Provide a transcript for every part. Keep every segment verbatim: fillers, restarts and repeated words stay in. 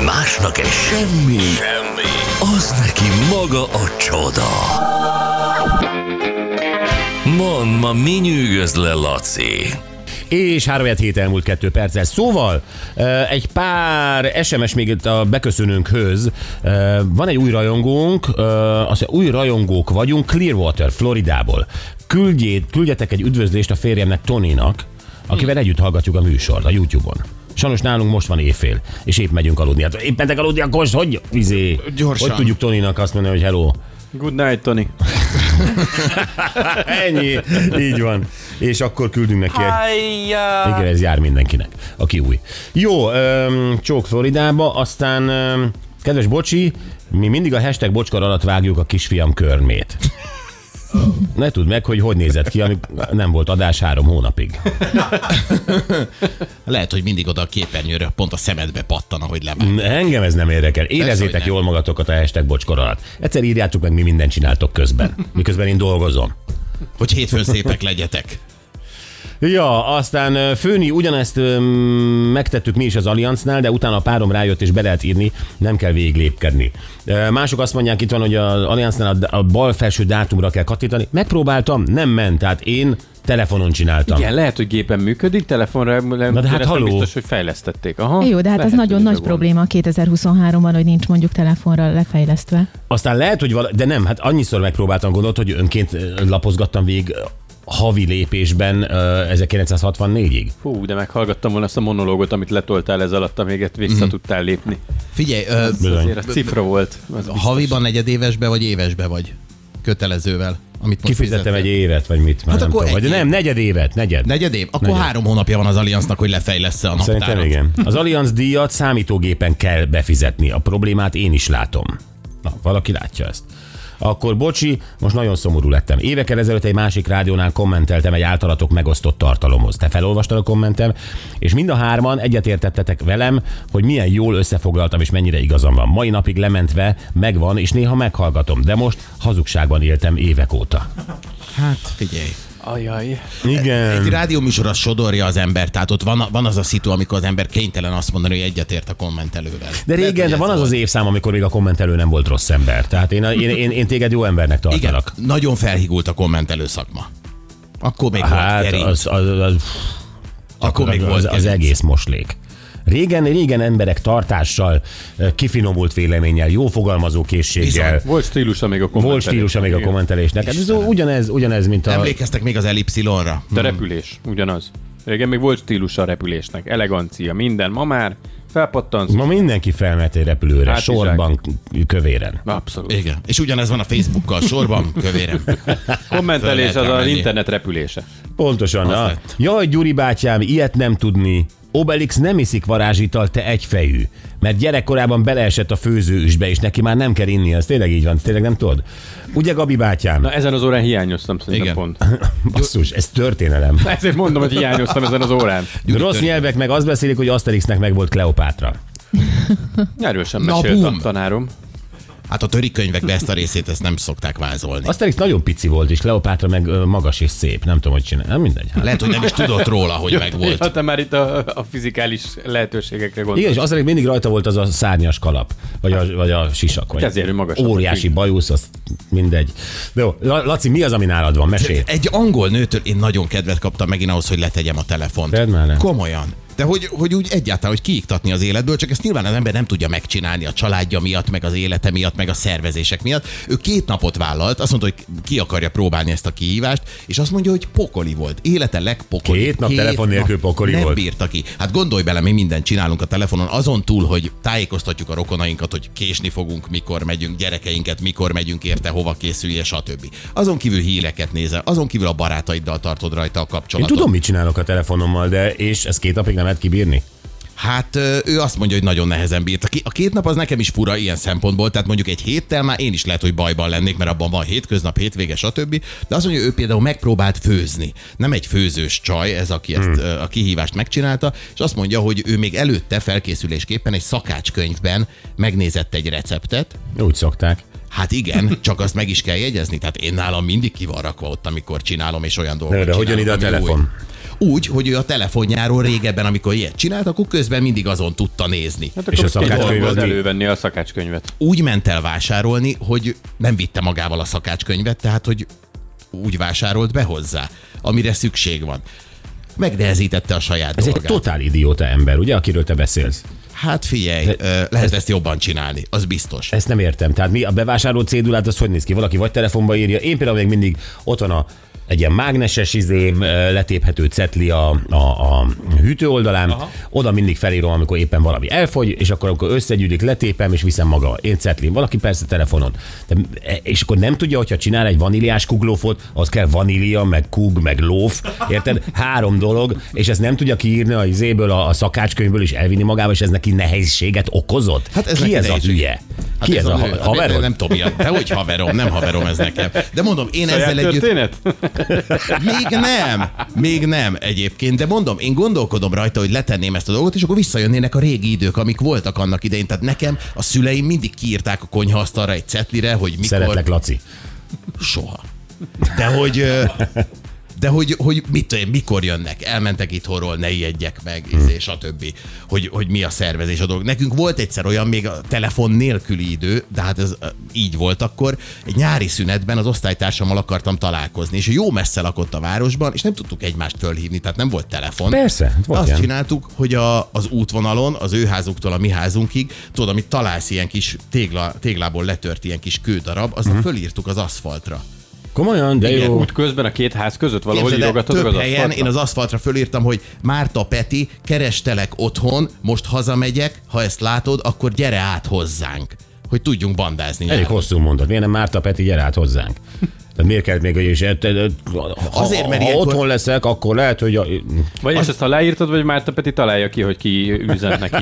Másnak egy semmi, semmi, az neki maga a csoda. Mondd, ma mi nyűgöz le, Laci? És három hét elmúlt kettő perccel. Szóval egy pár es em es még itt a beköszönőnkhöz. Van egy új rajongónk, azt új rajongók vagyunk Clearwater, Floridából. Küldjét, küldjetek egy üdvözlést a férjemnek, Toninak, akivel együtt hallgatjuk a műsort a YouTube-on. Sajnos nálunk most van éjfél, és épp megyünk aludni. Hát épp mentek aludni, akkor most hogy, izé, hogy tudjuk Toninak azt mondani, hogy hello? Good night, Tony. Ennyi, így van. És akkor küldünk neki egy... Hiya. Igen, ez jár mindenkinek, aki új. Jó, öm, csók Floridába, aztán öm, kedves Bocsi, mi mindig a hashtag bocskor alatt vágjuk a kisfiam körmét. Ne tudd meg, hogy hogy nézett ki, amíg nem volt adás három hónapig. Lehet, hogy mindig oda a képernyőre pont a szemedbe pattan, ahogy levág. Engem ez nem érdekel. Érezzétek jól magatokat a hashtag bocskor alatt. Egyszer írjátok meg, mi mindent csináltok közben. Miközben én dolgozom. Hogy hétfőn szépek legyetek. Ja, aztán Főni, ugyanezt öm, megtettük mi is az Allianznál, de utána a párom rájött és be lehet írni, nem kell végiglépkedni. Mások azt mondják, itt van, hogy az Allianznál a, a bal felső dátumra kell kattintani. Megpróbáltam, nem ment, tehát én telefonon csináltam. Igen, lehet, hogy gépen működik, telefonra Na de hát nem haló. biztos, hogy fejlesztették. Aha, Jó, de hát lehet, ez nagyon nagy van. probléma kétezer-huszonháromban, hogy nincs mondjuk telefonra lefejlesztve. Aztán lehet, hogy vala, de nem, hát annyiszor megpróbáltam, gondolt, hogy önként lapozgattam végig havi lépésben uh, ezerkilencszázhatvannégyig. Hú, de meghallgattam volna azt a monológot, amit letoltál ez alatt, amíg vissza mm. tudtál lépni. Figyelj, uh, azért a cifra volt. Haviban, negyedévesbe vagy évesbe vagy? Kötelezővel. Amit kifizettem egy évet, vagy mit már hát nem akkor tudom. Vagy nem, negyed évet, negyed. Negyed év? Akkor negyed. három hónapja van az Allianznak, hogy lefejlessze a naptárat. Szerintem igen. Az Allianz díjat számítógépen kell befizetni. A problémát én is látom. Na, valaki látja ezt. Akkor bocsi, most nagyon szomorú lettem. Évekkel ezelőtt egy másik rádiónál kommenteltem egy általatok megosztott tartalomhoz. Te felolvastad a kommentem, és mind a hárman egyetértettetek velem, hogy milyen jól összefoglaltam, és mennyire igazam van. Mai napig lementve megvan, és néha meghallgatom, de most hazugságban éltem évek óta. Hát figyelj. Ajaj. Igen. Egy rádióműsor az sodorja az ember, tehát ott van, van az a szitu, amikor az ember kénytelen azt mondani, hogy egyetért a kommentelővel. De régen, de van az az évszám, amikor még a kommentelő nem volt rossz ember. Tehát én, én, én, én téged jó embernek tartalak. Igen, nagyon felhigult a kommentelő szakma. Akkor még hát, volt gerinc. Az, az, az, az, Akkor még az, volt az, az egész moslék. Régen, régen emberek tartással, kifinomult véleménnyel, jó fogalmazó készséggel. Bizony. Volt stílusa még a kommentelésnek. Volt stílusa még a kommentelésnek. Hát ez ugyanez, ugyanez, mint a... Emlékeztek még az elipszilonra? De repülés, ugyanaz. Régen még volt stílusa a repülésnek. Elegancia, minden. Ma már felpattansz. Ma mindenki felmehet egy repülőre, Hát sorban, kövéren. Abszolút. Igen. És ugyanez van a Facebookkal, sorban, kövéren. Kommentelés Föl az lehet az menni. internet repülése. Pontosan. Az Na. lett. Jaj, Gyuri bátyám, ilyet nem tudni. Obelix nem iszik varázsital, te egyfejű. Mert gyerekkorában beleesett a főzőüsbe, és neki már nem kell inni. Ez tényleg így van, tényleg nem tudod? Ugye, Gabi bátyám? Na ezen az órán hiányoztam szerintem Igen. pont. Basszus, ez történelem. Ezért mondom, hogy hiányoztam ezen az órán. Rossz történet. nyelvek meg azt beszélik, hogy Asterixnek meg volt Kleopátra. Erről sem Na, mesélt a bum. tanárom. Hát a törikönyvekben ezt a részét ezt nem szokták vázolni. Asterix nagyon pici volt, és Kleopátra meg ö, magas és szép. Nem tudom, hogy csinál. Nem mindegy. Hát. Lehet, hogy nem is tudott róla, hogy Ja, megvolt. te már itt a, a fizikális lehetőségekre gondolsz. Igen, és Asterix mindig rajta volt az a szárnyas kalap, vagy a, vagy a sisak. Vagy Ezért ő magasabb. óriási bajusz, az mindegy. De jó, Laci, mi az, ami nálad van? Mesélj. Egy angol nőtől én nagyon kedvet kaptam megint ahhoz, hogy letegyem a telefont. Tedd már le. Komolyan. De hogy, hogy úgy egyáltalán, hogy kiiktatni az életből, csak ezt nyilván az ember nem tudja megcsinálni a családja miatt, meg az élete miatt, meg a szervezések miatt. Ő két napot vállalt, azt mondta, hogy ki akarja próbálni ezt a kihívást, és azt mondja, hogy pokoli volt. Élete legpokoli. Két nap telefon nélkül pokoli nem volt. bírta ki. Hát gondolj bele, mi mindent csinálunk a telefonon, azon túl, hogy tájékoztatjuk a rokonainkat, hogy késni fogunk, mikor megyünk, gyerekeinket, mikor megyünk érte, hova készülje, stb. Azon kívül híreket nézel, azon kívül a barátaiddal tartod rajta a Én kapcsolatot. tudom, mit csinálok a telefonommal, de és ez két napig nem lehet kibírni? Hát ő azt mondja, hogy nagyon nehezen bírta ki. A két nap az nekem is fura ilyen szempontból, tehát mondjuk egy héttel már én is lehet, hogy bajban lennék, mert abban van hétköznap, hétvége, stb. De azt mondja, hogy ő például megpróbált főzni. Nem egy főzős csaj, ez aki ezt hmm. a kihívást megcsinálta, és azt mondja, hogy ő még előtte felkészülésképpen egy szakácskönyvben megnézett egy receptet. Úgy szokták. Hát igen, csak azt meg is kell jegyezni. Tehát én nálam mindig ki van rakva ott, amikor csinálom, és olyan dolgokat De, de hogyan ide a csinálom, ami telefon? új. Úgy, hogy ő a telefonjáról régebben, amikor ilyet csinált, akkor közben mindig azon tudta nézni. Hát És a szakácskönyv az mi? elővenni a szakácskönyvet. Úgy ment el vásárolni, hogy nem vitte magával a szakácskönyvet, tehát hogy úgy vásárolt be hozzá, amire szükség van. Megnehezítette a saját Ez dolgát. egy totál idióta ember, ugye, akiről te beszélsz? Hát figyelj, De, lehet ezt jobban csinálni, az biztos. Ezt nem értem. Tehát mi a bevásárolt cédulát, az hogy néz ki? Valaki vagy telefonba írja. Én például még mindig ott van a egy ilyen mágneses izém, letéphető cetli a, a, a hűtő oldalán, aha. Oda mindig felírom, amikor éppen valami elfogy, és akkor, akkor összegyűlik, letépem, és viszem maga. Én cetlin. Valaki persze telefonon. De, és akkor nem tudja, hogyha csinál egy vaníliás kuglófot, az kell vanília, meg kug, meg lóf. Érted? Három dolog, és ezt nem tudja kiírni a izéből, a, a szakácskönyvből, és elvinni magával, és ez neki nehézséget okozott. Hát ez ki ez a hülye? Hát Ki ez, ez a, a a haverod? Nem, nem tudom, de hogy haverom, nem haverom ez nekem. De mondom, én Saját ezzel együtt... történet? Még nem, még nem egyébként, de mondom, én gondolkodom rajta, hogy letenném ezt a dolgot, és akkor visszajönnének a régi idők, amik voltak annak idején. Tehát nekem a szüleim mindig kiírták a konyhaasztalra egy cetlire, hogy mikor... Szeretlek, Laci. Soha. De hogy... De hogy, hogy mit tudom, mikor jönnek, elmentek itthonról, ne ijedjek meg, hmm. és a többi, hogy, hogy mi a szervezés a dolog. Nekünk volt egyszer olyan még a telefon nélküli idő, de hát ez így volt akkor, egy nyári szünetben az osztálytársammal akartam találkozni, és jó messze lakott a városban, és nem tudtuk egymást fölhívni, tehát nem volt telefon. Persze. Azt ilyen. csináltuk, hogy a, az útvonalon, az ő házuktól a mi házunkig, tudod, amit találsz ilyen kis tégla, téglából letört ilyen kis kődarab, azt hmm. fölírtuk az aszfaltra. Komolyan, de jó. Út közben a két ház között valahol Képzeld, írogatod több az helyen aszfaltra? én az aszfaltra fölírtam, hogy Márta Peti, kerestelek otthon, most hazamegyek, ha ezt látod, akkor gyere át hozzánk, hogy tudjunk bandázni. Elég nyáron. hosszú mondat. Miért nem Márta Peti, gyere át hozzánk? Tehát miért kell még, hogy is, ha, Azért, mert ha ilyenkor- otthon leszek, akkor lehet, hogy... A... Vagy az... ezt aláírtad, vagy Márta Peti találja ki, hogy ki üzent neki?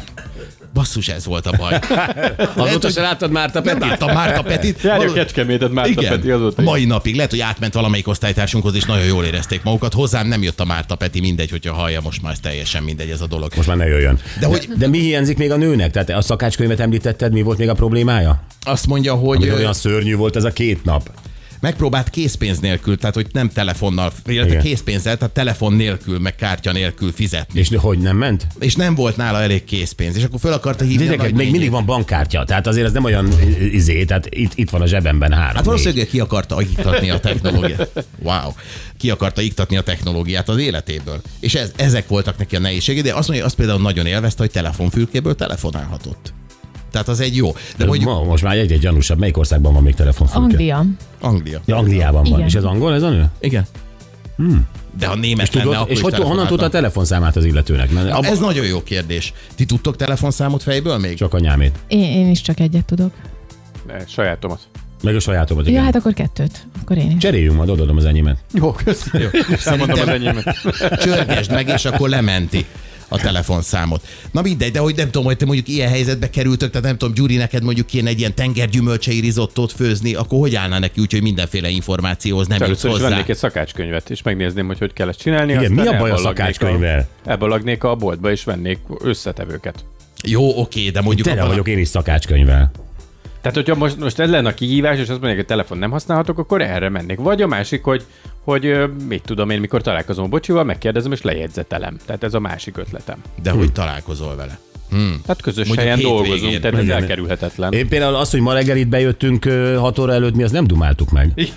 Basszus, ez volt a baj. Azóta se láttad Márta Nem Petit? láttam Márta Petit. Járja Való- Kecskemétet Márta Igen, Peti azóta. mai napig. Lehet, hogy átment valamelyik osztálytársunkhoz, és nagyon jól érezték magukat. Hozzám nem jött a Márta Peti, mindegy, hogyha hallja, most már ez teljesen mindegy ez a dolog. Most már ne jöjjön. De De, hogy- de mi hiányzik még a nőnek? Tehát a szakácskönyvet említetted, mi volt még a problémája? Azt mondja, hogy... Hogy olyan szörnyű volt ez a két nap. Megpróbált készpénz nélkül, tehát hogy nem telefonnal, illetve Igen. készpénzzel, tehát telefon nélkül, meg kártya nélkül fizetni. És hogy nem ment? És nem volt nála elég készpénz, és akkor föl akarta hívni a De még mindig nagynényét. van bankkártya, tehát azért ez nem olyan izé, tehát itt, itt van a zsebemben három. Hát valószínűleg ki akarta iktatni a technológiát. Wow. Ki akarta iktatni a technológiát az életéből. És ez, ezek voltak neki a nehézségei, de azt mondja, azt például nagyon élvezte, hogy telefonfülkéből telefonálhatott. Tehát az egy jó. De De mondjuk ma, most már egyre gyanúsabb. Melyik országban van még telefonfülke? Anglia. Anglia. Ja, Angliában van. Igen. És ez angol, ez a nő? Igen. Hmm. De ha német És, tudod, lenne, akkor és is hogy, honnan telefonáltam. tudta a telefonszámát az illetőnek? Mert abba, Ez nagyon jó kérdés. Ti tudtok telefonszámot fejből még? csak anyámét. Én, én is csak egyet tudok. Ne, sajátomat. Meg a sajátomat, Ja, igen. hát akkor kettőt. Akkor én is. Cseréljünk, majd odadom az enyémet. Jó, köszönöm. Elmondom az enyémet. Csörgesd meg, és akkor lementi a telefonszámot. Na mindegy, de hogy nem tudom, hogy te mondjuk ilyen helyzetbe kerültök, tehát nem tudom, Gyuri, neked mondjuk kéne egy ilyen tengergyümölcsei rizottót főzni, akkor hogy állná neki úgy, hogy mindenféle információhoz nem jutsz Először is hozzá? vennék egy szakácskönyvet, és megnézném, hogy hogy kell ezt csinálni. Igen, aztán mi a baj a elballagnék szakácskönyvvel? Elballagnék a boltba, és vennék összetevőket. Jó, oké, de mondjuk Tele abban a- vagyok én is szakácskönyvvel. Tehát, hogyha most, most ez lenne a kihívás, és azt mondják, hogy a telefon nem használhatok, akkor erre mennék. Vagy a másik, hogy, hogy ö, mit tudom én, mikor találkozom a bocsival, megkérdezem, és lejegyzetelem. Tehát ez a másik ötletem. De hogy találkozol vele? Hmm. Tehát közös Mondjuk helyen hétvégén. dolgozunk, tehát ez Igen. elkerülhetetlen. Én például azt, hogy ma reggel itt bejöttünk ö, hat óra előtt, mi azt nem dumáltuk meg.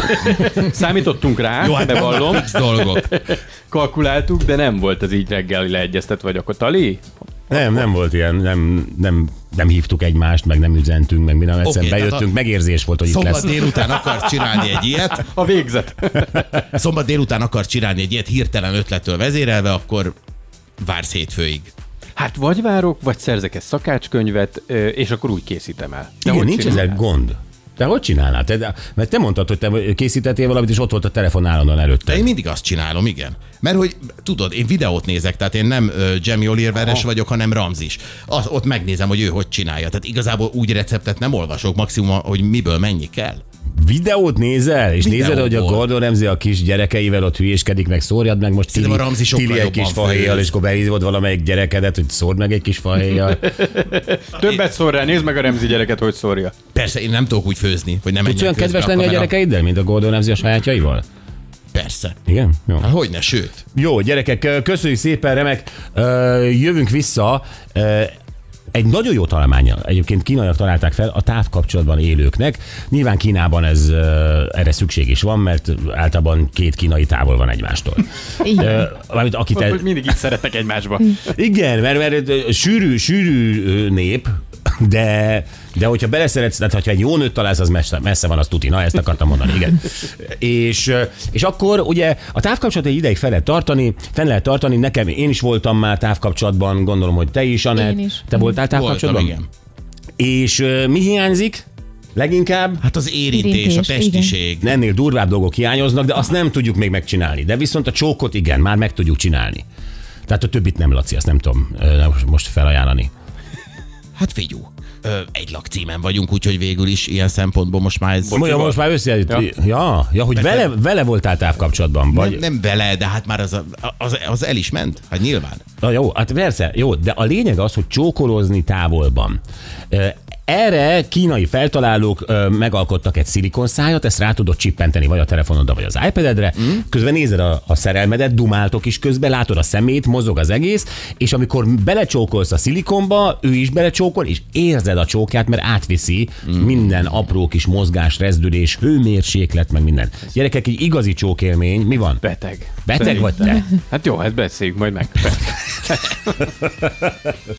Számítottunk rá, Jó, hát bevallom, fix dolgok. kalkuláltuk, de nem volt ez így reggel leegyeztetve, vagy akkor Tali? Nem, nem volt ilyen, nem, nem, nem hívtuk egymást, meg nem üzentünk, meg minden, egyszerűen tehát bejöttünk, a- megérzés volt, hogy itt Szombat lesz. délután akarsz csinálni egy ilyet, A végzet. szombat délután akarsz csinálni egy ilyet hirtelen ötlettől vezérelve, akkor vársz hétfőig. Hát vagy várok, vagy szerzek egy szakácskönyvet, ö, és akkor úgy készítem el. De Igen, hogy nincs csinálnád? ezzel gond. Te hogy csinálnád? Te, mert te mondtad, hogy te készítettél valamit, és ott volt a telefon állandóan De előtte. én mindig azt csinálom, igen. Mert hogy tudod, én videót nézek, tehát én nem uh, Jamie Oliveres vagyok, hanem Ramzis. Az, ott megnézem, hogy ő hogy csinálja. Tehát igazából úgy receptet nem olvasok, maximum, hogy miből mennyi kell. Videót nézel, és Videóból. nézed, hogy a Gordon Ramsay a kis gyerekeivel ott hülyéskedik, meg szórjad meg most Szerintem Tili, a Ramsay sokkal Tili egy jobban kis fahéjjal, főz. és akkor behívod valamelyik gyerekedet, hogy szórd meg egy kis fahéjjal. Többet szól rá, nézd meg a Remzi gyereket, hogy szórja. Persze, én nem tudok úgy főzni, hogy nem Tudsz menjen olyan közbe kedves a lenni a kamera. gyerekeiddel, mint a Gordon Ramsay a sajátjaival? Persze. Igen? Jó. Hát hogyne, sőt. Jó, gyerekek, köszönjük szépen, remek. Ö, Jövünk vissza. Ö, Egy nagyon jó találmánya, egyébként kínaiak találták fel a távkapcsolatban élőknek. Nyilván Kínában ez uh, erre szükség is van, mert általában két kínai távol van egymástól. Igen. Uh, akit el... Mindig így szeretnek egymásba. Igen, mert, mert sűrű, sűrű nép, de, de hogyha beleszeretsz, tehát hogyha egy jó nőt találsz, az messze, messze van, az tuti. Na, ezt akartam mondani, igen. és, és akkor ugye a távkapcsolat egy ideig fel lehet tartani, fenn lehet tartani, nekem, én is voltam már távkapcsolatban, gondolom, hogy te is, Anett. Én is. Te voltál távkapcsolatban? Voltam, igen. És uh, mi hiányzik? Leginkább? Hát az érintés, Érintés, a testiség. Ennél durvább dolgok hiányoznak, de azt nem tudjuk még megcsinálni. De viszont a csókot igen, már meg tudjuk csinálni. Tehát a többit nem, Laci, azt nem tudom uh, most felajánlani. Hát figyú, ö, egy lakcímen vagyunk, úgyhogy végül is ilyen szempontból most már ez... Mondja, most már összejött. Ja, ja, ja hogy vele, vele voltál távkapcsolatban. Vagy... Nem, nem vele, de hát már az, a- az, az el is ment. Hát nyilván. Na jó, hát persze, jó, de a lényeg az, hogy csókolózni távolban. Ö, Erre kínai feltalálók ö, megalkottak egy szilikonszájat, ezt rá tudod csippenteni vagy a telefonodra, vagy az iPad-edre, mm. közben nézed a, a szerelmedet, dumáltok is közben, látod a szemét, mozog az egész, és amikor belecsókolsz a szilikonba, ő is belecsókol, és érzed a csókját, mert átviszi mm. minden apró kis mozgás, rezdülés, hőmérséklet, meg minden. Gyerekek, egy igazi csókélmény, mi van? Beteg. Beteg vagy te? Hát jó, hát beszéljük majd meg.